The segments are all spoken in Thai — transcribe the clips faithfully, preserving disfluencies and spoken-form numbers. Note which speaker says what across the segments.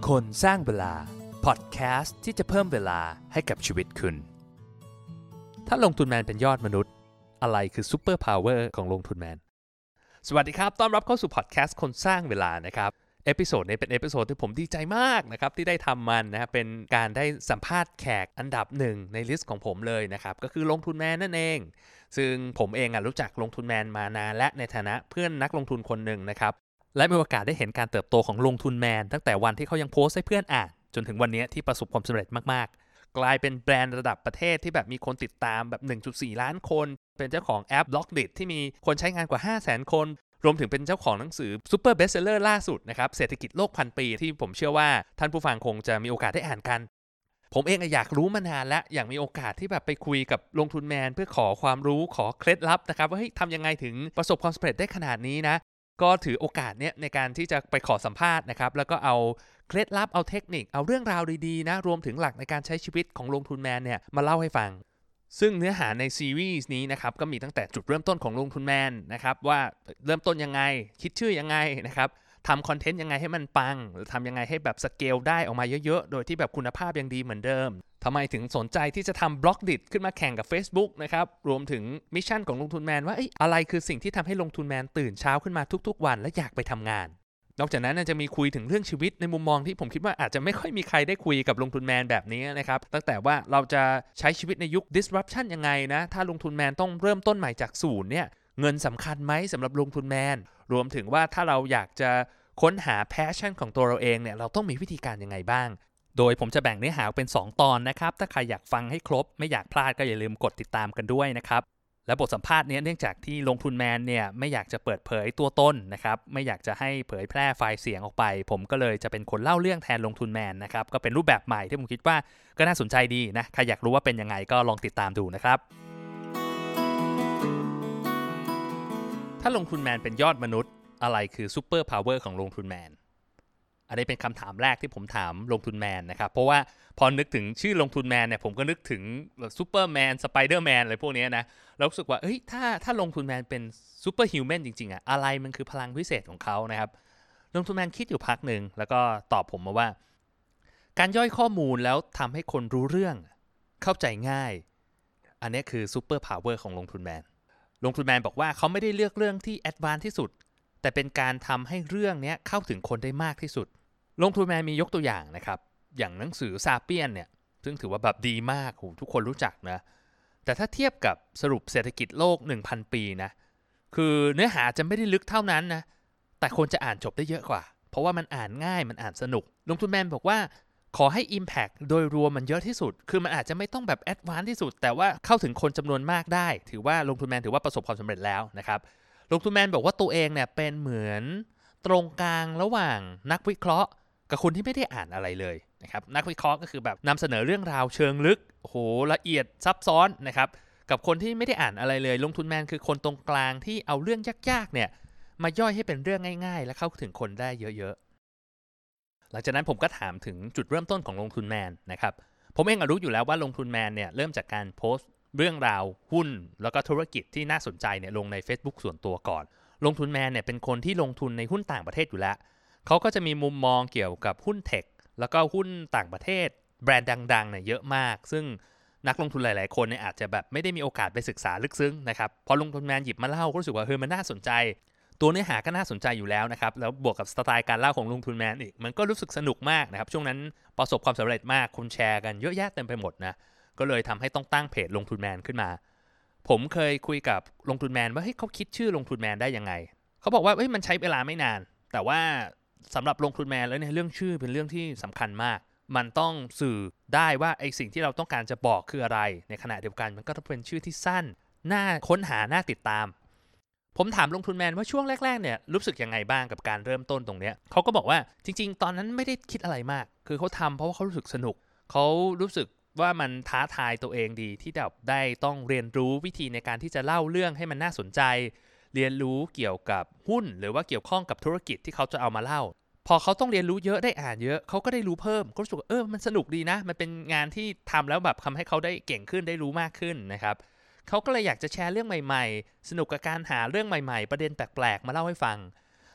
Speaker 1: คนสร้างเวลาพอดแคสต์ที่จะเพิ่มเวลาให้กับชีวิตคุณถ้าลงทุนแมนเป็นยอดมนุษย์อะไรคือซูเปอร์พาวเวอร์ของลงทุนแมนสวัสดีครับต้อนรับเข้าสู่พอดแคสต์คนสร้างเวลานะครับเอพิโซดนี้เป็นเอพิโซดที่ผมดีใจมากนะครับที่ได้ทำมันนะครับเป็นการได้สัมภาษณ์แขกอันดับหนึ่งในลิสต์ของผมเลยนะครับก็คือลงทุนแมนนั่นเองซึ่งผมเองอ่ะรู้จักลงทุนแมนมานานและในฐานะเพื่อนนักลงทุนคนหนึ่งนะครับและมีโอกาสได้เห็นการเติบโตของลงทุนแมนตั้งแต่วันที่เขายังโพสต์ให้เพื่อนอ่านจนถึงวันนี้ที่ประสบความสำเร็จมากๆกลายเป็นแบรนด์ระดับประเทศที่แบบมีคนติดตามแบบ หนึ่งจุดสี่ ล้านคนเป็นเจ้าของแอป Blockdit ที่มีคนใช้งานกว่า ห้าแสน คนรวมถึงเป็นเจ้าของหนังสือ Super Bestseller ล่าสุดนะครับเศรษฐกิจโลกพันปีที่ผมเชื่อว่าท่านผู้ฟังคงจะมีโอกาสได้อ่านกันผมเองอยากรู้มานานแล้วอยากมีโอกาสที่แบบไปคุยกับลงทุนแมนเพื่อขอความรู้ขอเคล็ดลับนะครับว่าเฮ้ยทำยังไงถึงประสบความสำเร็จได้ขนาดนี้นะก็ถือโอกาสเนี้ยในการที่จะไปขอสัมภาษณ์นะครับแล้วก็เอาเคล็ดลับเอาเทคนิคเอาเรื่องราวดีๆนะรวมถึงหลักในการใช้ชีวิตของลงทุนแมนเนี่ยมาเล่าให้ฟังซึ่งเนื้อหาในซีรีส์นี้นะครับก็มีตั้งแต่จุดเริ่มต้นของลงทุนแมนนะครับว่าเริ่มต้นยังไงคิดชื่อยังไงนะครับทำคอนเทนต์ยังไงให้มันปังหรือทำยังไงให้แบบสเกลได้ออกมาเยอะๆโดยที่แบบคุณภาพยังดีเหมือนเดิมทำไมถึงสนใจที่จะทำ Blockdit ขึ้นมาแข่งกับ Facebook นะครับรวมถึงมิชชั่นของลงทุนแมนว่า อ, อะไรคือสิ่งที่ทำให้ลงทุนแมนตื่นเช้าขึ้นมาทุกๆวันและอยากไปทำงานนอกจากนั้นจะมีคุยถึงเรื่องชีวิตในมุมมองที่ผมคิดว่าอาจจะไม่ค่อยมีใครได้คุยกับลงทุนแมนแบบนี้นะครับตั้งแต่ว่าเราจะใช้ชีวิตในยุค disruption ยังไงนะถ้าลงทุนแมนต้องเริ่มต้นใหม่จากศูนย์เนี่ยเงินสำคัญไหมสำหรับลงทุนแมนรวมถึงว่าถ้าเราอยากจะค้นหา passion ของตัวเราเองเนี่ยเราต้องมีวิธีการยังไงบ้างโดยผมจะแบ่งเนื้อหาเป็นสองตอนนะครับถ้าใครอยากฟังให้ครบไม่อยากพลาดก็อย่าลืมกดติดตามกันด้วยนะครับและบทสัมภาษณ์นี้เนื่องจากที่ลงทุนแมนเนี่ยไม่อยากจะเปิดเผยตัวตนนะครับไม่อยากจะให้เผยแพร่ไฟล์เสียงออกไปผมก็เลยจะเป็นคนเล่าเรื่องแทนลงทุนแมนนะครับก็เป็นรูปแบบใหม่ที่ผมคิดว่าก็น่าสนใจดีนะใครอยากรู้ว่าเป็นยังไงก็ลองติดตามดูนะครับถ้าลงทุนแมนเป็นยอดมนุษย์อะไรคือซูเปอร์พาวเวอร์ของลงทุนแมนอันนี้เป็นคำถามแรกที่ผมถามลงทุนแมนนะครับเพราะว่าพอนึกถึงชื่อลงทุนแมนเนี่ยผมก็นึกถึงซูเปอร์แมนสไปเดอร์แมนอะไรพวกนี้นะแล้วรู้สึกว่าเฮ้ยถ้าถ้าลงทุนแมนเป็นซูเปอร์ฮิวแมนจริงๆอะอะไรมันคือพลังพิเศษของเขานะครับลงทุนแมนคิดอยู่พักหนึ่งแล้วก็ตอบผมมาว่าการย่อยข้อมูลแล้วทำให้คนรู้เรื่องเข้าใจง่ายอันนี้คือซูเปอร์พาวเวอร์ของลงทุนแมนลงทุนแมนบอกว่าเขาไม่ได้เลือกเรื่องที่แอดวานซ์ที่สุดแต่เป็นการทำให้เรื่องนี้เข้าถึงคนได้มากที่สุดลงทุนแมนมียกตัวอย่างนะครับอย่างหนังสือซาเปียนเนี่ยซึ่งถือว่าแบบดีมากโหทุกคนรู้จักนะแต่ถ้าเทียบกับสรุปเศรษฐกิจโลก หนึ่งพัน ปีนะคือเนื้อหาจะไม่ได้ลึกเท่านั้นนะแต่คนจะอ่านจบได้เยอะกว่าเพราะว่ามันอ่านง่ายมันอ่านสนุกลงทุนแมนบอกว่าขอให้ Impact โดยรวมมันเยอะที่สุดคือมันอาจจะไม่ต้องแบบแอดวานซ์ที่สุดแต่ว่าเข้าถึงคนจำนวนมากได้ถือว่าลงทุนแมนถือว่าประสบความสำเร็จแล้วนะครับลงทุนแมนบอกว่าตัวเองเนี่ยเป็นเหมือนตรงกลางระหว่างนักวิเคราะห์กับคนที่ไม่ได้อ่านอะไรเลยนะครับนักวิเคราะห์ก็คือแบบนำเสนอเรื่องราวเชิงลึกโหละเอียดซับซ้อนนะครับกับคนที่ไม่ได้อ่านอะไรเลยลงทุนแมนคือคนตรงกลางที่เอาเรื่องยากๆเนี่ยมาย่อยให้เป็นเรื่องง่ายๆและเข้าถึงคนได้เยอะๆหลังจากนั้นผมก็ถามถึงจุดเริ่มต้นของลงทุนแมนนะครับผมเองรู้อยู่แล้วว่าลงทุนแมนเนี่ยเริ่มจากการโพสต์เรื่องราวหุ้นแล้วก็ธุรกิจที่น่าสนใจเนี่ยลงใน Facebook ส่วนตัวก่อนลงทุนแมนเนี่ยเป็นคนที่ลงทุนในหุ้นต่างประเทศอยู่แล้วเขาก็จะมีมุมมองเกี่ยวกับหุ้นเทคแล้วก็หุ้นต่างประเทศแบรนด์ดังๆเนี่ยเยอะมากซึ่งนักลงทุนหลายๆคนเนี่ยอาจจะแบบไม่ได้มีโอกาสไปศึกษาลึกซึ้งนะครับพอลงทุนแมนหยิบมาเล่าก็รู้สึกว่าเฮ้ยมันน่าสนใจตัวเนื้อหาก็น่าสนใจอยู่แล้วนะครับแล้วบวกกับสไตล์การเล่าของลงทุนแมนอีกมันก็รู้สึกสนุกมากนะครับช่วงนั้นประสบความสำเร็จมากคนแชร์กันเยอะแยะเต็มไปหมดนะก็เลยทำให้ต้องตั้งเพจลงทุนแมนขึ้นมาผมเคยคุยกับลงทุนแมนว่าเฮ้ยเขาคิดชื่อลงทุนแมนได้ยังไงเขาบอกว่าเฮ้ยมันใช้เวลาไม่นานแต่ว่าสำหรับลงทุนแมนแล้วเนี่ยเรื่องชื่อเป็นเรื่องที่สำคัญมากมันต้องสื่อได้ว่าไอสิ่งที่เราต้องการจะบอกคืออะไรในขณะเดียวกันมันก็ต้องเป็นชื่อที่สั้นน่าค้นหาน่าติดตามผมถามลงทุนแมนว่าช่วงแรกๆเนี่ยรู้สึกยังไงบ้างกับการเริ่มต้นตรงนี้เขาก็บอกว่าจริงๆตอนนั้นไม่ได้คิดอะไรมากคือเขาทำเพราะว่าเขารู้สึกสนุกเขารู้สึกว่ามันท้าทายตัวเองดีที่แบบได้ต้องเรียนรู้วิธีในการที่จะเล่าเรื่องให้มันน่าสนใจเรียนรู้เกี่ยวกับหุ้นหรือว่าเกี่ยวข้องกับธุรกิจที่เขาจะเอามาเล่าพอเขาต้องเรียนรู้เยอะได้อ่านเยอะเขาก็ได้รู้เพิ่มก็รู้สึกว่าเออมันสนุกดีนะมันเป็นงานที่ทำแล้วแบบทำให้เขาได้เก่งขึ้นได้รู้มากขึ้นนะครับเขาก็เลยอยากจะแชร์เรื่องใหม่ๆสนุกกับการหาเรื่องใหม่ๆประเด็นแปลกๆมาเล่าให้ฟัง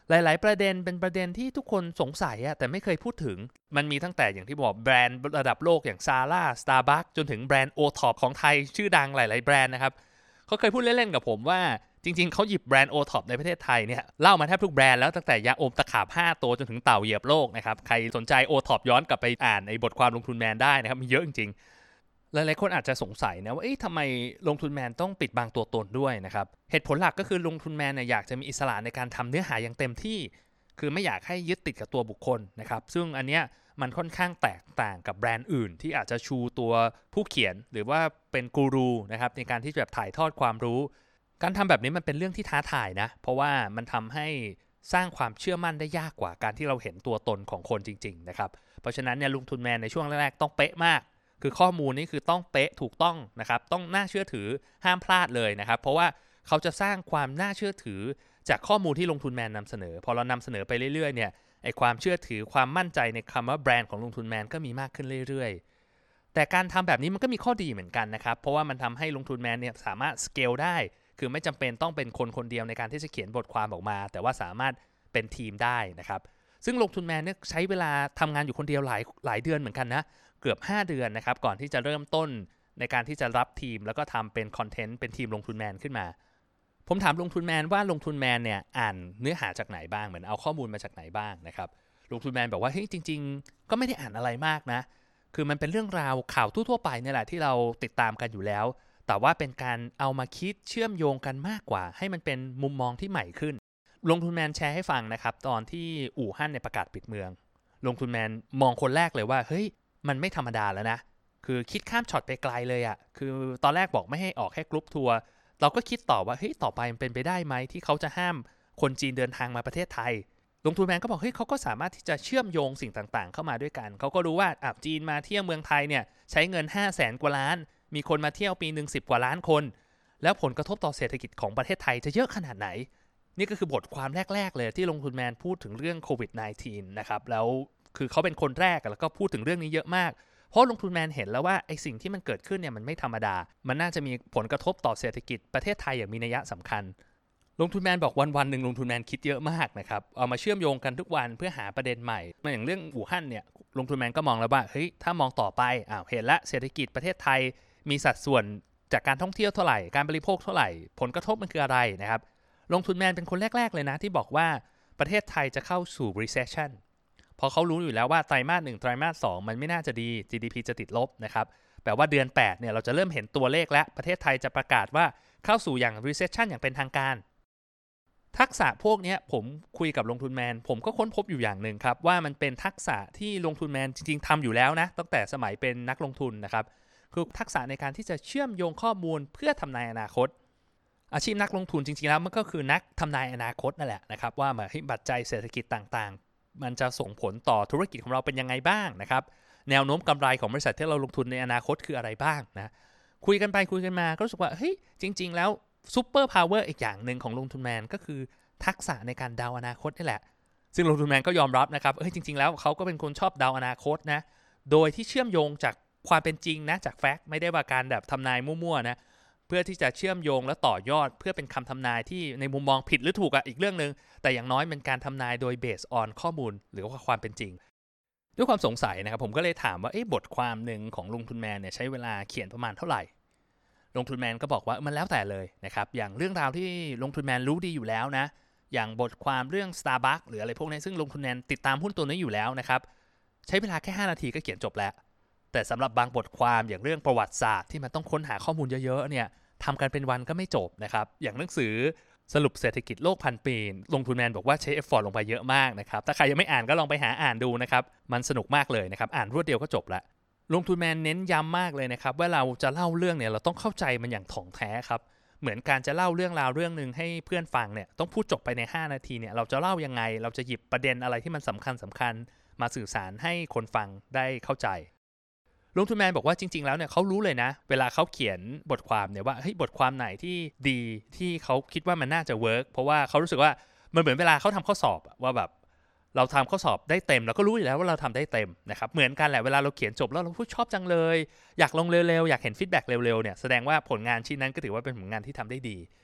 Speaker 1: หลายๆประเด็นเป็นประเด็นที่ทุกคนสงสัยอะแต่ไม่เคยพูดถึงมันมีตั้งแต่อย่างที่บอกแบรนด์ระดับโลกอย่าง Zara Starbucks จนถึงแบรนด์ โอ ท็อป ของไทยชื่อดังหลายๆแบรนด์นะครับเขาเคยพูดเล่นๆกับผมว่าจริงๆเขาหยิบแบรนด์ โอ ท็อป ในประเทศไทยเนี่ยเล่ามาแทบทุกแบรนด์แล้วตั้งแต่ยาอมตะขาบห้าตัวจนถึงเต่าเหยียบโลกนะครับใครสนใจ โอ ท็อป ย้อนกลับไปอ่านในบทความลงทุนแมนได้นะครับมีเยอะจริงๆหลายๆคนอาจจะสงสัยนะว่าเอ๊ะทำไมลงทุนแมนต้องปิดบังตัวตนด้วยนะครับเหตุผลหลักก็คือลงทุนแมนเนี่ยอยากจะมีอิสระในการทำเนื้อหาอย่างเต็มที่คือไม่อยากให้ยึดติดกับตัวบุคคลนะครับซึ่งอันเนี้ยมันค่อนข้างแตกต่างกับแบรนด์อื่นที่อาจจะชูตัวผู้เขียนหรือว่าเป็นกูรูนะครับในการที่จะแบบถ่ายทอดความรู้การทำแบบนี้มันเป็นเรื่องที่ท้าทายนะเพราะว่ามันทำให้สร้างความเชื่อมั่นได้ยากกว่าการที่เราเห็นตัวตนของคนจริงๆนะครับเพราะฉะนั้นเนี่ยลงทุนแมนในช่วงแรกๆต้องเป๊ะมากคือข้อมูลนี่คือต้องเป๊ะถูกต้องนะครับต้องน่าเชื่อถือห้ามพลาดเลยนะครับเพราะว่าเขาจะสร้างความน่าเชื่อถือจากข้อมูลที่ลงทุนแมนนำเสนอพอเรานำเสนอไปเรื่อยๆเนี่ยไอความเชื่อถือความมั่นใจในคำว่าแบรนด์ของลงทุนแมนก็มีมากขึ้นเรื่อยๆแต่การทำแบบนี้มันก็มีข้อดีเหมือนกันนะครับเพราะว่ามันทำให้ลงทุนแมนเนี่ยสามารถสเกลได้คือไม่จำเป็นต้องเป็นคนคนเดียวในการที่จะเขียนบทความออกมาแต่ว่าสามารถเป็นทีมได้นะครับซึ่งลงทุนแมนเนี่ยใช้เวลาทำงานอยู่คนเดียวหลายหลายเดือนเหมือนกันนะเกือบห้าเดือนนะครับก่อนที่จะเริ่มต้นในการที่จะรับทีมแล้วก็ทำเป็นคอนเทนต์เป็นทีมลงทุนแมนขึ้นมาผมถามลงทุนแมนว่าลงทุนแมนเนี่ยอ่านเนื้อหาจากไหนบ้างเหมือนเอาข้อมูลมาจากไหนบ้างนะครับลงทุนแมนบอกว่าเฮ้ยจริงๆก็ไม่ได้อ่านอะไรมากนะคือมันเป็นเรื่องราวข่าวทั่วๆไปนี่แหละที่เราติดตามกันอยู่แล้วแต่ว่าเป็นการเอามาคิดเชื่อมโยงกันมากกว่าให้มันเป็นมุมมองที่ใหม่ขึ้นลงทุนแมนแชร์ให้ฟังนะครับตอนที่อู่ฮั่นในประกาศปิดเมืองลงทุนแมนมองคนแรกเลยว่าเฮ้ยมันไม่ธรรมดาแล้วนะคือคิดข้ามช็อตไปไกลเลยอะคือตอนแรกบอกไม่ให้ออกแค่กรุ๊ปทัวร์เราก็คิดต่อว่าเฮ้ยต่อไปมันเป็นไปได้ไหมที่เขาจะห้ามคนจีนเดินทางมาประเทศไทยลงทุนแมนก็บอกเฮ้ยเขาก็สามารถที่จะเชื่อมโยงสิ่งต่างๆเข้ามาด้วยกันเขาก็รู้ว่าอ่ะจีนมาเที่ยวเมืองไทยเนี่ยใช้เงินห้าแสนกว่าล้านมีคนมาเที่ยวปีนึงสิบกว่าล้านคนแล้วผลกระทบต่อเศรษฐกิจของประเทศไทยจะเยอะขนาดไหนนี่ก็คือบทความแรกๆเลยที่ลงทุนแมนพูดถึงเรื่องโควิด สิบเก้า นะครับแล้วคือเขาเป็นคนแรกแล้วก็พูดถึงเรื่องนี้เยอะมากเพราะลงทุนแมนเห็นแล้วว่าไอ้สิ่งที่มันเกิดขึ้นเนี่ยมันไม่ธรรมดามันน่าจะมีผลกระทบต่อเศรษฐกิจประเทศไทยอย่างมีนัยสำคัญลงทุนแมนบอกวันๆหนึ่งลงทุนแมนคิดเยอะมากนะครับเอามาเชื่อมโยงกันทุกวันเพื่อหาประเด็นใหม่มาอย่างเรื่องอู่ฮั่นเนี่ยลงทุนแมนก็มองแล้วว่าเฮ้ยถ้ามองต่อไปอ้าวเห็นละเศรษฐกิจประเทศไทยมีสัดส่วนจากการท่องเที่ยวเท่าไหร่การบริโภคเท่าไหร่ผลกระทบมันคืออะไรนะครับลงทุนแมนเป็นคนแรกๆเลยนะที่บอกว่าประเทศไทยจะเข้าสู่ recession เพราะเขารู้อยู่แล้วว่าไตรมาสหนึ่งไตรมาสสองมันไม่น่าจะดี จี ดี พี จะติดลบนะครับแปลว่าเดือนแปดเนี่ยเราจะเริ่มเห็นตัวเลขแล้วประเทศไทยจะประกาศว่าเข้าสู่อย่าง recession อย่างเป็นทางการทักษะพวกนี้ผมคุยกับลงทุนแมนผมก็ค้นพบอยู่อย่างหนึ่งครับว่ามันเป็นทักษะที่ลงทุนแมนจริงๆทำอยู่แล้วนะตั้งแต่สมัยเป็นนักลงทุนนะครับคือทักษะในการที่จะเชื่อมโยงข้อมูลเพื่อทำนายอนาคตอาชีพนักลงทุนจริงๆแล้วมันก็คือนักทำนายอนาคตนั่นแหละนะครับว่ามาให้ปัจจัยเศรษฐกิจต่างๆมันจะส่งผลต่อธุรกิจของเราเป็นยังไงบ้างนะครับแนวโน้มกำไรของบริษัทที่เราลงทุนในอนาคตคืออะไรบ้างนะคุยกันไปคุยกันมาก็รู้สึกว่าเฮ้ยจริงๆแล้วซุปเปอร์พาวเวอร์อีกอย่างหนึ่งของลงทุนแมนก็คือทักษะในการเดาอนาคตนี่แหละซึ่งลงทุนแมนก็ยอมรับนะครับเฮ้ยจริงๆแล้วเขาก็เป็นคนชอบเดาอนาคตนะโดยที่เชื่อมโยงจากความเป็นจริงนะจากแฟกต์ไม่ได้ว่าการแบบทำนายมั่วๆนะเพื่อที่จะเชื่อมโยงและต่อยอดเพื่อเป็นคำทำนายที่ในมุมมองผิดหรือถูกอะอีกเรื่องนึงแต่อย่างน้อยเป็นการทำนายโดยเบสออนข้อมูลหรือว่าความเป็นจริงด้วยความสงสัยนะครับผมก็เลยถามว่าเอ๊ะบทความหนึ่งของลงทุนแมนเนี่ยใช้เวลาเขียนประมาณเท่าไหร่ลงทุนแมนก็บอกว่ามันแล้วแต่เลยนะครับอย่างเรื่องราวที่ลงทุนแมนรู้ดีอยู่แล้วนะอย่างบทความเรื่อง Starbucks หรืออะไรพวกนี้ซึ่งลงทุนแมนติดตามหุ้นตัวนี้อยู่แล้วนะครับใช้เวลาแค่ห้านาทีก็เขียนจบแล้วแต่สำหรับบางบทความอย่างเรื่องประวัติศาสตร์ที่มันต้องค้นหาข้อมูลเยอะๆเนี่ยทำกันเป็นวันก็ไม่จบนะครับอย่างหนังสือสรุปเศรษฐกิจโลกพันปีลงทุนแมนบอกว่าใช้เอฟฟอร์ตลงไปเยอะมากนะครับถ้าใครยังไม่อ่านก็ลองไปหาอ่านดูนะครับมันสนุกมากเลยนะครับอ่านรวดเดียวก็จบละลงทุนแมนเน้นย้ำมากเลยนะครับว่าเราจะเล่าเรื่องเนี่ยเราต้องเข้าใจมันอย่างถ่องแท้ครับเหมือนการจะเล่าเรื่องราวเรื่องนึงให้เพื่อนฟังเนี่ยต้องพูดจบไปในห้านาทีเนี่ยเราจะเล่ายังไงเราจะหยิบประเด็นอะไรที่มันสำคัญสำคัญมาสื่อสารให้คนฟังได้เข้าใจลงทุนแมนบอกว่าจริงๆแล้วเนี่ยเขารู้เลยนะเวลาเขาเขียนบทความเนี่ยว่าเฮ้ยบทความไหนที่ดีที่เขาคิดว่ามันน่าจะเวิร์กเพราะว่าเขารู้สึกว่ามันเหมือนเวลาเขาทำข้อสอบว่าแบบเราทำข้อสอบได้เต็มเราก็รู้อยู่แล้วว่าเราทำได้เต็มนะครับเหมือนกันแหละเวลาเราเขียนจบแล้วเราพูดชอบจังเลยอยากลงเร็วๆอยากเห็นฟีดแบ็กเร็วๆเนี่ยแสดงว่าผลงานชิ้นนั้นก็ถือว่าเป็นผลงานที่ทำได้ดี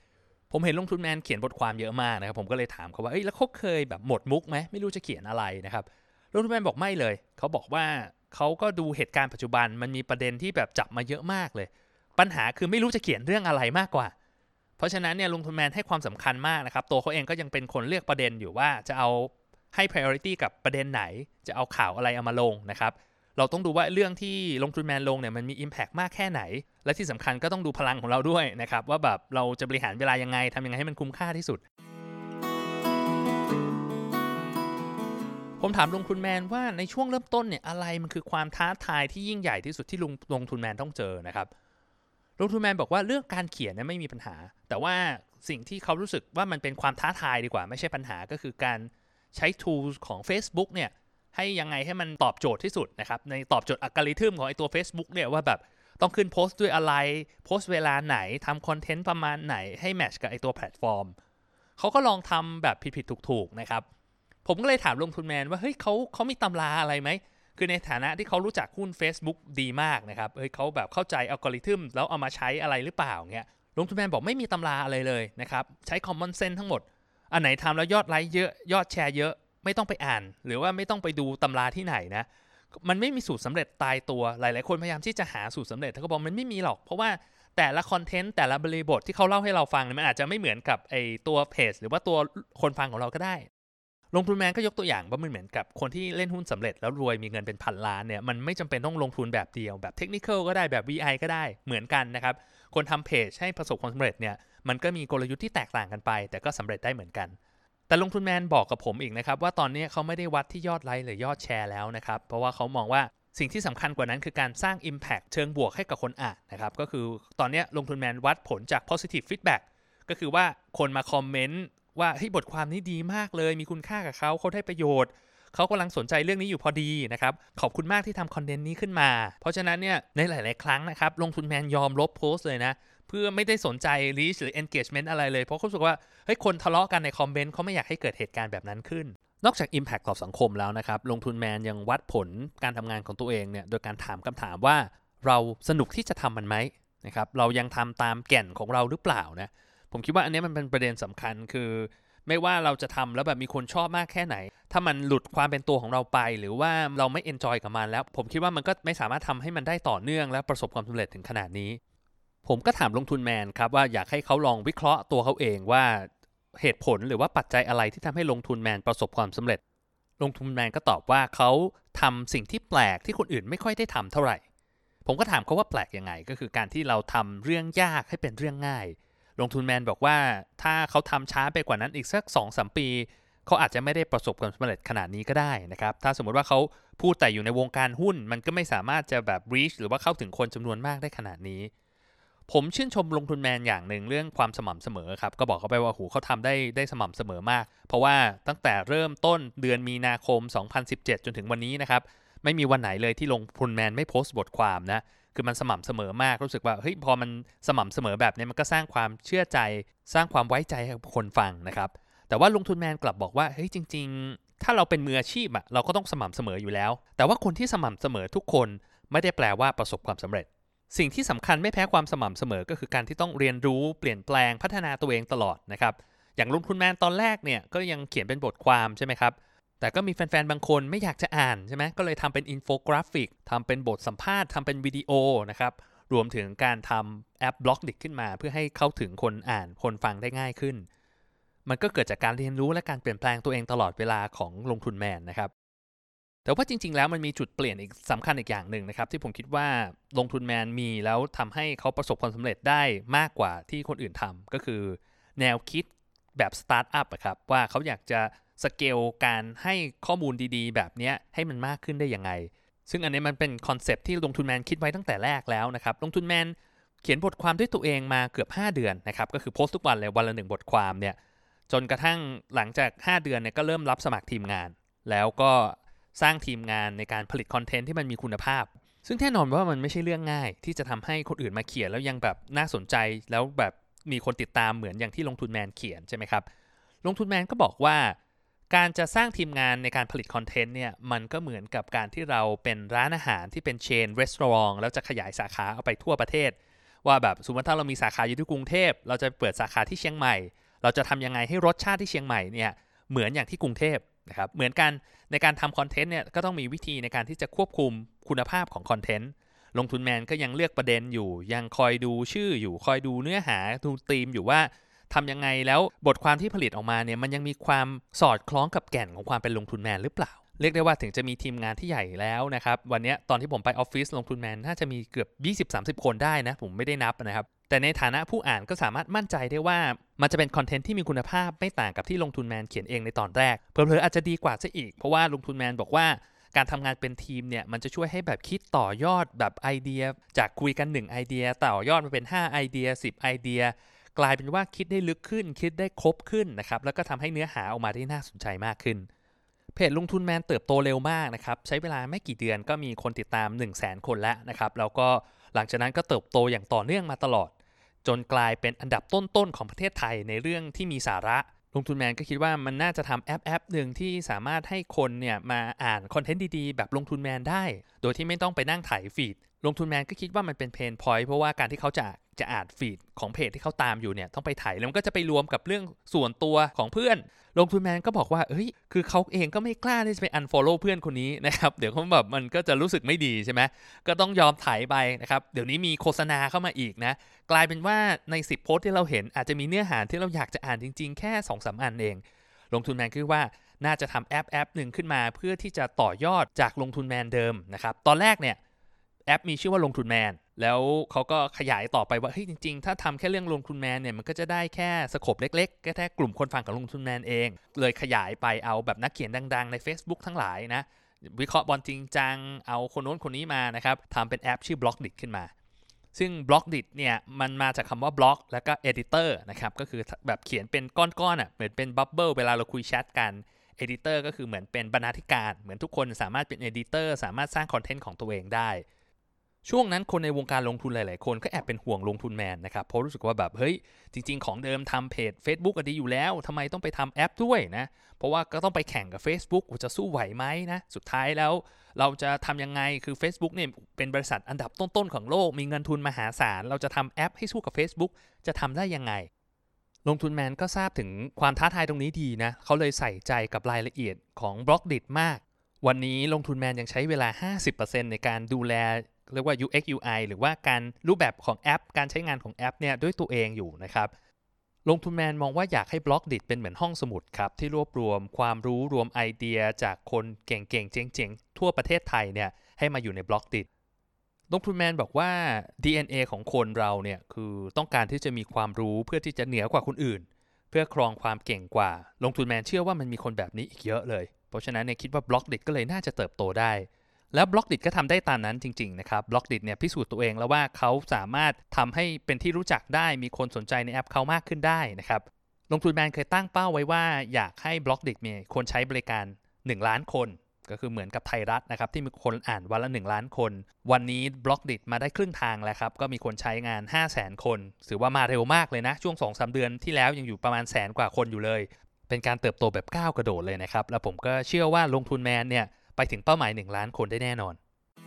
Speaker 1: ผมเห็นลงทุนแมนเขียนบทความเยอะมากนะครับผมก็เลยถามเขาว่าเอ้ยแล้วเขาเคยแบบหมดมุกไหมไม่รู้จะเขียนอะไรนะครับลงทุนแมนบอกไม่เลยเขาบอกว่าเขาก็ดูเหตุการณ์ปัจจุบันมันมีประเด็นที่แบบจับมาเยอะมากเลยปัญหาคือไม่รู้จะเขียนเรื่องอะไรมากกว่าเพราะฉะนั้นเนี่ยลงทุนแมนให้ความสำคัญมากนะครับตัวเขาเองก็ยังเป็นคนเลือกประเด็นอยู่ว่าจะเอาให้ priority กับประเด็นไหนจะเอาข่าวอะไรเอามาลงนะครับเราต้องดูว่าเรื่องที่ลงทุนแมนลงเนี่ยมันมี impact มากแค่ไหนและที่สำคัญก็ต้องดูพลังของเราด้วยนะครับว่าแบบเราจะบริหารเวลายังไงทำยังไงให้มันคุ้มค่าที่สุดผมถามลงทุนแมนว่าในช่วงเริ่มต้นเนี่ยอะไรมันคือความท้าทายที่ยิ่งใหญ่ที่สุดที่ลงลงทุนแมนต้องเจอนะครับลงทุนแมนบอกว่าเรื่องการเขียนเนี่ยไม่มีปัญหาแต่ว่าสิ่งที่เขารู้สึกว่ามันเป็นความท้าทายดีกว่าไม่ใช่ปัญหาก็คือการใช้ tools ของ Facebook เนี่ยให้ยังไงให้มันตอบโจทย์ที่สุดนะครับในตอบโจทย์อัลกอริทึมของไอ้ตัว Facebook เนี่ยว่าแบบต้องขึ้นโพสต์ด้วยอะไรโพสต์เวลาไหนทำคอนเทนต์ประมาณไหนให้แมทช์กับไอ้ตัวแพลตฟอร์มเขาก็ลองทำแบบผิดๆถูกๆนะครับผมก็เลยถามลงทุนแมนว่าเฮ้ยเขาเขามีตำราอะไรไหมคือในฐานะที่เขารู้จักหุ้น Facebook ดีมากนะครับเฮ้ยเขาแบบเข้าใจอัลกอริทึมแล้วเอามาใช้อะไรหรือเปล่าเงี้ยลงทุนแมนบอกไม่มีตำราอะไรเลยนะครับใช้ common sense ทั้งหมดอันไหนทำแล้วยอดไลค์เยอะยอดแชร์เยอะไม่ต้องไปอ่านหรือว่าไม่ต้องไปดูตำราที่ไหนนะมันไม่มีสูตรสำเร็จตายตัวหลายๆคนพยายามที่จะหาสูตรสำเร็จเขาบอกมันไม่มีหรอกเพราะว่าแต่ละคอนเทนต์แต่ละบริบทที่เขาเล่าให้เราฟังมันอาจจะไม่เหมือนกับไอตัวเพจหรือว่าตัวคนฟังของเราก็ได้ลงทุนแมนก็ยกตัวอย่างว่ามันเหมือนกับคนที่เล่นหุ้นสำเร็จแล้วรวยมีเงินเป็นพันล้านเนี่ยมันไม่จำเป็นต้องลงทุนแบบเดียวแบบเทคนิคอลก็ได้แบบ วี ไอ ก็ได้เหมือนกันนะครับคนทำเพจให้ประสบความสำเร็จเนี่ยมันก็มีกลยุทธ์ที่แตกต่างกันไปแต่ก็สำเร็จได้เหมือนกันแต่ลงทุนแมนบอกกับผมอีกนะครับว่าตอนนี้เขาไม่ได้วัดที่ยอดไลค์หรือยอดแชร์แล้วนะครับเพราะว่าเขามองว่าสิ่งที่สำคัญกว่านั้นคือการสร้าง Impact เชิงบวกให้กับคนอ่านนะครับก็คือตอนนี้ลงทุนแมนวัดผลจาก positive feedback ก็คือว่าคนมาคอมเมนต์ว่าเฮ้ยบทความนี้ดีมากเลยมีคุณค่ากับเขาเขาได้ประโยชน์เขากำลังสนใจเรื่องนี้อยู่พอดีนะครับขอบคุณมากที่ทำคอนเทนต์นี้ขึ้นมาเพราะฉะนั้นเนี่ยในหลายๆครั้งนะครับลงทุนแมนยอมลบโพสต์เลยนะเพื่อไม่ได้สนใจ reach หรือ engagement อะไรเลยเพราะเขารู้สึกว่าเฮ้ยคนทะเลาะกันในคอมเมนต์เขาไม่อยากให้เกิดเหตุการณ์แบบนั้นขึ้นนอกจาก impact ต่อสังคมแล้วนะครับลงทุนแมนยังวัดผลการทำงานของตัวเองเนี่ยโดยการถามคำถามว่าเราสนุกที่จะทำมันไหมนะครับเรายังทำตามแก่นของเราหรือเปล่านะผมคิดว่าอันนี้มันเป็นประเด็นสำคัญคือไม่ว่าเราจะทำแล้วแบบมีคนชอบมากแค่ไหนถ้ามันหลุดความเป็นตัวของเราไปหรือว่าเราไม่เอนจอยกับมันแล้วผมคิดว่ามันก็ไม่สามารถทำให้มันได้ต่อเนื่องและประสบความสำเร็จถึงขนาดนี้ผมก็ถามลงทุนแมนครับว่าอยากให้เขาลองวิเคราะห์ตัวเขาเองว่าเหตุผลหรือว่าปัจจัยอะไรที่ทำให้ลงทุนแมนประสบความสำเร็จลงทุนแมนก็ตอบว่าเขาทำสิ่งที่แปลกที่คนอื่นไม่ค่อยได้ทำเท่าไหร่ผมก็ถามเขาว่าแปลกยังไงก็คือการที่เราทำเรื่องยากให้เป็นเรื่องง่ายลงทุนแมนบอกว่าถ้าเขาทำช้าไปกว่านั้นอีกสัก สองถึงสาม ปีเขาอาจจะไม่ได้ประสบความสำเร็จขนาดนี้ก็ได้นะครับถ้าสมมติว่าเขาพูดแต่อยู่ในวงการหุ้นมันก็ไม่สามารถจะแบบ reach หรือว่าเข้าถึงคนจำนวนมากได้ขนาดนี้ผมชื่นชมลงทุนแมนอย่างหนึ่งเรื่องความสม่ำเสมอครับก็บอกเขาไปว่าหูเขาทำได้ได้สม่ำเสมอมากเพราะว่าตั้งแต่เริ่มต้นเดือนมีนาคมสองพันสิบเจ็ดจนถึงวันนี้นะครับไม่มีวันไหนเลยที่ลงทุนแมนไม่โพสต์บทความนะคือมันสม่ำเสมอมากรู้สึกว่าเฮ้ยพอมันสม่ำเสมอแบบนี้มันก็สร้างความเชื่อใจสร้างความไว้ใจให้กับคนฟังนะครับแต่ว่าลงทุนแมนกลับบอกว่าเฮ้ยจริงๆถ้าเราเป็นมืออาชีพอะเราก็ต้องสม่ำเสมออยู่แล้วแต่ว่าคนที่สม่ำเสมอทุกคนไม่ได้แปลว่าประสบความสำเร็จสิ่งที่สำคัญไม่แพ้ความสม่ำเสมอก็คือการที่ต้องเรียนรู้เปลี่ยนแปลงพัฒนาตัวเองตลอดนะครับอย่างลงทุนแมนตอนแรกเนี่ยก็ยังเขียนเป็นบทความใช่ไหมครับแต่ก็มีแฟนๆบางคนไม่อยากจะอ่านใช่ไหมก็เลยทำเป็นอินโฟกราฟิกทำเป็นบทสัมภาษณ์ทำเป็นวิดีโอนะครับรวมถึงการทำแอปบล็อกดิกขึ้นมาเพื่อให้เข้าถึงคนอ่านคนฟังได้ง่ายขึ้นมันก็เกิดจากการเรียนรู้และการเปลี่ยนแปลงตัวเองตลอดเวลาของลงทุนแมนนะครับแต่ว่าจริงๆแล้วมันมีจุดเปลี่ยนอีกสำคัญอีกอย่างหนึ่งนะครับที่ผมคิดว่าลงทุนแมนมีแล้วทำให้เขาประสบความสำเร็จได้มากกว่าที่คนอื่นทำก็คือแนวคิดแบบสตาร์ทอัพครับว่าเขาอยากจะสเกลการให้ข้อมูลดีๆแบบนี้ให้มันมากขึ้นได้ยังไงซึ่งอันนี้มันเป็นคอนเซปต์ที่ลงทุนแมนคิดไว้ตั้งแต่แรกแล้วนะครับลงทุนแมนเขียนบทความด้วยตัวเองมาเกือบห้าเดือนนะครับก็คือโพสต์ทุกวันเลยวันละหนึ่งบทความเนี่ยจนกระทั่งหลังจากห้าเดือนเนี่ยก็เริ่มรับสมัครทีมงานแล้วก็สร้างทีมงานในการผลิตคอนเทนต์ที่มันมีคุณภาพซึ่งแน่นอนว่ามันไม่ใช่เรื่องง่ายที่จะทำให้คนอื่นมาเขียนแล้วยังแบบน่าสนใจแล้วแบบมีคนติดตามเหมือนอย่างที่ลงทุนแมนเขียนใช่ไหมครับลงทุนแมนก็บอกว่าการจะสร้างทีมงานในการผลิตคอนเทนต์เนี่ยมันก็เหมือนกับการที่เราเป็นร้านอาหารที่เป็นเชนรีสอร์ทแล้วจะขยายสาขาเอาไปทั่วประเทศว่าแบบสมมติถ้าเรามีสาขาอยู่ที่กรุงเทพเราจะเปิดสาขาที่เชียงใหม่เราจะทำยังไงให้รสชาติที่เชียงใหม่เนี่ยเหมือนอย่างที่กรุงเทพนะครับเหมือนกันในการทำคอนเทนต์เนี่ยก็ต้องมีวิธีในการที่จะควบคุมคุณภาพของคอนเทนต์ลงทุนแมนก็ยังเลือกประเด็นอยู่ยังคอยดูชื่ออยู่คอยดูเนื้อหาดูธีมอยู่ว่าทำยังไงแล้วบทความที่ผลิตออกมาเนี่ยมันยังมีความสอดคล้องกับแก่นของความเป็นลงทุนแมนหรือเปล่าเรียกได้ว่าถึงจะมีทีมงานที่ใหญ่แล้วนะครับวันนี้ตอนที่ผมไปออฟฟิศลงทุนแมนน่าจะมีเกือบ ยี่สิบถึงสามสิบ คนได้นะผมไม่ได้นับนะครับแต่ในฐานะผู้อ่านก็สามารถมั่นใจได้ว่ามันจะเป็นคอนเทนต์ที่มีคุณภาพไม่ต่างกับที่ลงทุนแมนเขียนเองในตอนแรกเผลอๆอาจจะดีกว่าซะอีกเพราะว่าลงทุนแมนบอกว่าการทำงานเป็นทีมเนี่ยมันจะช่วยให้แบบคิดต่อยอดแบบไอเดียจากคุยกันหนึ่งไอเดียต่อยอดมาเป็นห้าไอเดียสิบไอเดียกลายเป็นว่าคิดได้ลึกขึ้นคิดได้ครบขึ้นนะครับแล้วก็ทำให้เนื้อหาออกมาได้น่าสนใจมากขึ้นเพจลงทุนแมนเติบโตเร็วมากนะครับใช้เวลาไม่กี่เดือนก็มีคนติดตาม หนึ่งแสน คนแล้วนะครับแล้วก็หลังจากนั้นก็เติบโตอย่างต่อเนื่องมาตลอดจนกลายเป็นอันดับต้นๆของประเทศไทยในเรื่องที่มีสาระลงทุนแมนก็คิดว่ามันน่าจะทำแอปแอปหนึ่งที่สามารถให้คนเนี่ยมาอ่านคอนเทนต์ดีๆแบบลงทุนแมนได้โดยที่ไม่ต้องไปนั่งถ่ายฟีดลงทุนแมนก็คิดว่ามันเป็นเพนพอยต์เพราะว่าการที่เขาจะจะอ่านฟีดของเพจที่เขาตามอยู่เนี่ยต้องไปถ่ายแล้วมันก็จะไปรวมกับเรื่องส่วนตัวของเพื่อนลงทุนแมนก็บอกว่าเฮ้ยคือเขาเองก็ไม่กล้าที่จะไป unfollow เพื่อนคนนี้นะครับเดี๋ยวเขาแบบมันก็จะรู้สึกไม่ดีใช่ไหมก็ต้องยอมถ่ายไปนะครับเดี๋ยวนี้มีโฆษณาเข้ามาอีกนะกลายเป็นว่าในสิบโพสต์ที่เราเห็นอาจจะมีเนื้อหาที่เราอยากจะอ่านจริงๆแค่ สองถึงสาม อันเองลงทุนแมนคิดว่าน่าจะทำแอปแอปหนึ่งขึ้นมาเพื่อที่จะต่อยอดจากลงทุนแมนเดิมนะครับตอนแรกเนี่ยแอปมีชื่อว่าลงทุนแมนแล้วเขาก็ขยายต่อไปว่าเฮ้ยจริงๆถ้าทำแค่เรื่องลงทุนแมนเนี่ยมันก็จะได้แค่สโคปเล็กๆแค่กลุ่มคนฟังของลงทุนแมนเองเลยขยายไปเอาแบบนักเขียนดังๆใน Facebook ทั้งหลายนะวิเคราะห์บอลจริงจังเอาคนโน้นคนนี้มานะครับทำเป็นแอปชื่อ Blockdit ขึ้นมาซึ่ง Blockdit เนี่ยมันมาจากคำว่า block แล้วก็ editor นะครับก็คือแบบเขียนเป็นก้อนๆอ่ะเหมือนเป็น bubble เวลาเราคุยแชทกัน editor ก็คือเหมือนเป็นบรรณาธิการเหมือนทุกคนสามารถเป็น editor สามารถสร้างคอนเทนต์ของตัวเองได้ช่วงนั้นคนในวงการลงทุนหลายๆคนก็แอบเป็นห่วงลงทุนแมนนะครับเพราะรู้สึกว่าแบบเฮ้ยจริงๆของเดิมทำเพจ Facebook ก็ดีอยู่แล้วทำไมต้องไปทำแอปด้วยนะเพราะว่าก็ต้องไปแข่งกับ Facebook จะสู้ไหวไหมนะสุดท้ายแล้วเราจะทำยังไงคือ Facebook เนี่ยเป็นบริษัทอันดับต้นๆของโลกมีเงินทุนมหาศาลเราจะทำแอปให้สู้กับ Facebook จะทำได้ยังไงลงทุนแมนก็ทราบถึงความท้าทายตรงนี้ดีนะเขาเลยใส่ใจกับรายละเอียดของ Blockdit มากวันนี้ลงทุนแมนยังใช้เวลา ห้าสิบเปอร์เซ็นต์ ในการดูแลเรียกว่า ยู เอ็กซ์ ยู ไอ หรือว่าการรูปแบบของแอปการใช้งานของแอปเนี่ยด้วยตัวเองอยู่นะครับลงทุนแมนมองว่าอยากให้ Blockdit เป็นเหมือนห้องสมุดครับที่รวบรวมความรู้รวมไอเดียจากคนเก่งๆเจ๋งๆทั่วประเทศไทยเนี่ยให้มาอยู่ใน Blockdit ลงทุนแมนบอกว่า ดี เอ็น เอ ของคนเราเนี่ยคือต้องการที่จะมีความรู้เพื่อที่จะเหนือกว่าคนอื่นเพื่อครองความเก่งกว่าลงทุนแมนเชื่อว่ามันมีคนแบบนี้อีกเยอะเลยเพราะฉะนั้นเนี่ยคิดว่า Blockdit ก็เลยน่าจะเติบโตได้แล้ว Blockdit ก็ทำได้ตามนั้นจริงๆนะครับ Blockdit เนี่ยพิสูจน์ตัวเองแล้วว่าเขาสามารถทำให้เป็นที่รู้จักได้มีคนสนใจในแอปเขามากขึ้นได้นะครับลงทุนแมนเคยตั้งเป้าไว้ว่าอยากให้ Blockdit มีคนใช้บริการหนึ่งล้านคนก็คือเหมือนกับไทยรัฐนะครับที่มีคนอ่านวันละหนึ่งล้านคนวันนี้ Blockdit มาได้ครึ่งทางแล้วครับก็มีคนใช้งาน ห้าแสน คนถือว่ามาเร็วมากเลยนะช่วง สองถึงสาม เดือนที่แล้วยังอยู่ประมาณแสนกว่าคนอยู่เลยเป็นการเติบโตแบบก้าวกระโดดเลยนะครับแล้วผมก็เชื่อว่าลงทุนแมนเนี่ยไปถึงเป้าหมายหนึ่งล้านคนได้แน่นอน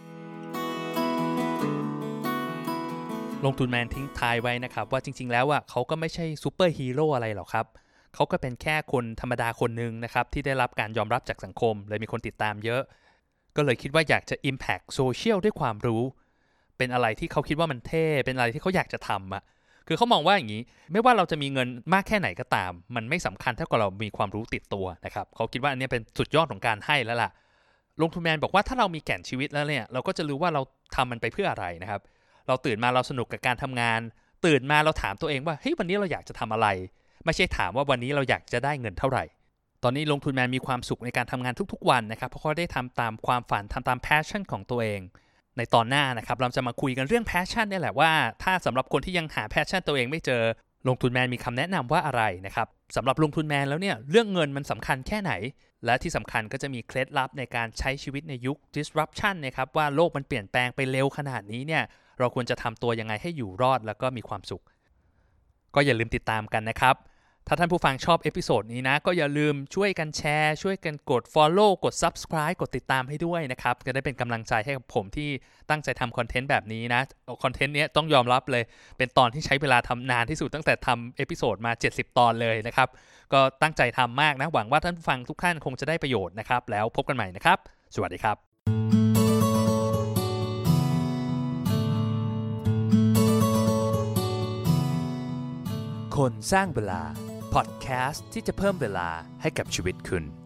Speaker 1: ลงทุนแมนทิ้งท้ายไว้นะครับว่าจริงๆแล้วอ่ะเขาก็ไม่ใช่ซูเปอร์ฮีโร่อะไรหรอกครับเขาก็เป็นแค่คนธรรมดาคนหนึ่งนะครับที่ได้รับการยอมรับจากสังคมเลยมีคนติดตามเยอะก็เลยคิดว่าอยากจะ impact โซเชียลด้วยความรู้เป็นอะไรที่เขาคิดว่ามันเท่เป็นอะไรที่เขาอยากจะทำอ่ะคือเขามองว่าอย่างนี้ไม่ว่าเราจะมีเงินมากแค่ไหนก็ตามมันไม่สำคัญเท่ากับเรามีความรู้ติดตัวนะครับเขาคิดว่าอันนี้เป็นสุดยอดของการให้แล้วล่ะลงทุนแมนบอกว่าถ้าเรามีแก่นชีวิตแล้วเนี่ยเราก็จะรู้ว่าเราทำมันไปเพื่ออะไรนะครับเราตื่นมาเราสนุกกับการทำงานตื่นมาเราถามตัวเองว่าเฮ้ยวันนี้เราอยากจะทำอะไรไม่ใช่ถามว่าวันนี้เราอยากจะได้เงินเท่าไหร่ตอนนี้ลงทุนแมนมีความสุขในการทำงานทุกๆวันนะครับเพราะเขาได้ทำตามความฝันทำตาม passion ของตัวเองในตอนหน้านะครับเราจะมาคุยกันเรื่อง passion นี่แหละว่าถ้าสำหรับคนที่ยังหา passion ตัวเองไม่เจอลงทุนแมนมีคำแนะนำว่าอะไรนะครับสำหรับลงทุนแมนแล้วเนี่ยเรื่องเงินมันสำคัญแค่ไหนและที่สำคัญก็จะมีเคล็ดลับในการใช้ชีวิตในยุค disruption นะครับว่าโลกมันเปลี่ยนแปลงไปเร็วขนาดนี้เนี่ยเราควรจะทำตัวยังไงให้อยู่รอดแล้วก็มีความสุขก็อย่าลืมติดตามกันนะครับถ้าท่านผู้ฟังชอบเอพิโซดนี้นะก็อย่าลืมช่วยกันแชร์ช่วยกันกด follow กด subscribe กดติดตามให้ด้วยนะครับจะได้เป็นกำลังใจให้กับผมที่ตั้งใจทำคอนเทนต์แบบนี้นะคอนเทนต์นี้ต้องยอมรับเลยเป็นตอนที่ใช้เวลาทำนานที่สุดตั้งแต่ทำเอพิโซดมาเจ็ดสิบตอนเลยนะครับก็ตั้งใจทำมากนะหวังว่าท่านผู้ฟังทุกท่านคงจะได้ประโยชน์นะครับแล้วพบกันใหม่นะครับสวัสดีครับคนสร้างเวลาพอดแคสต์ที่จะเพิ่มเวลาให้กับชีวิตคุณ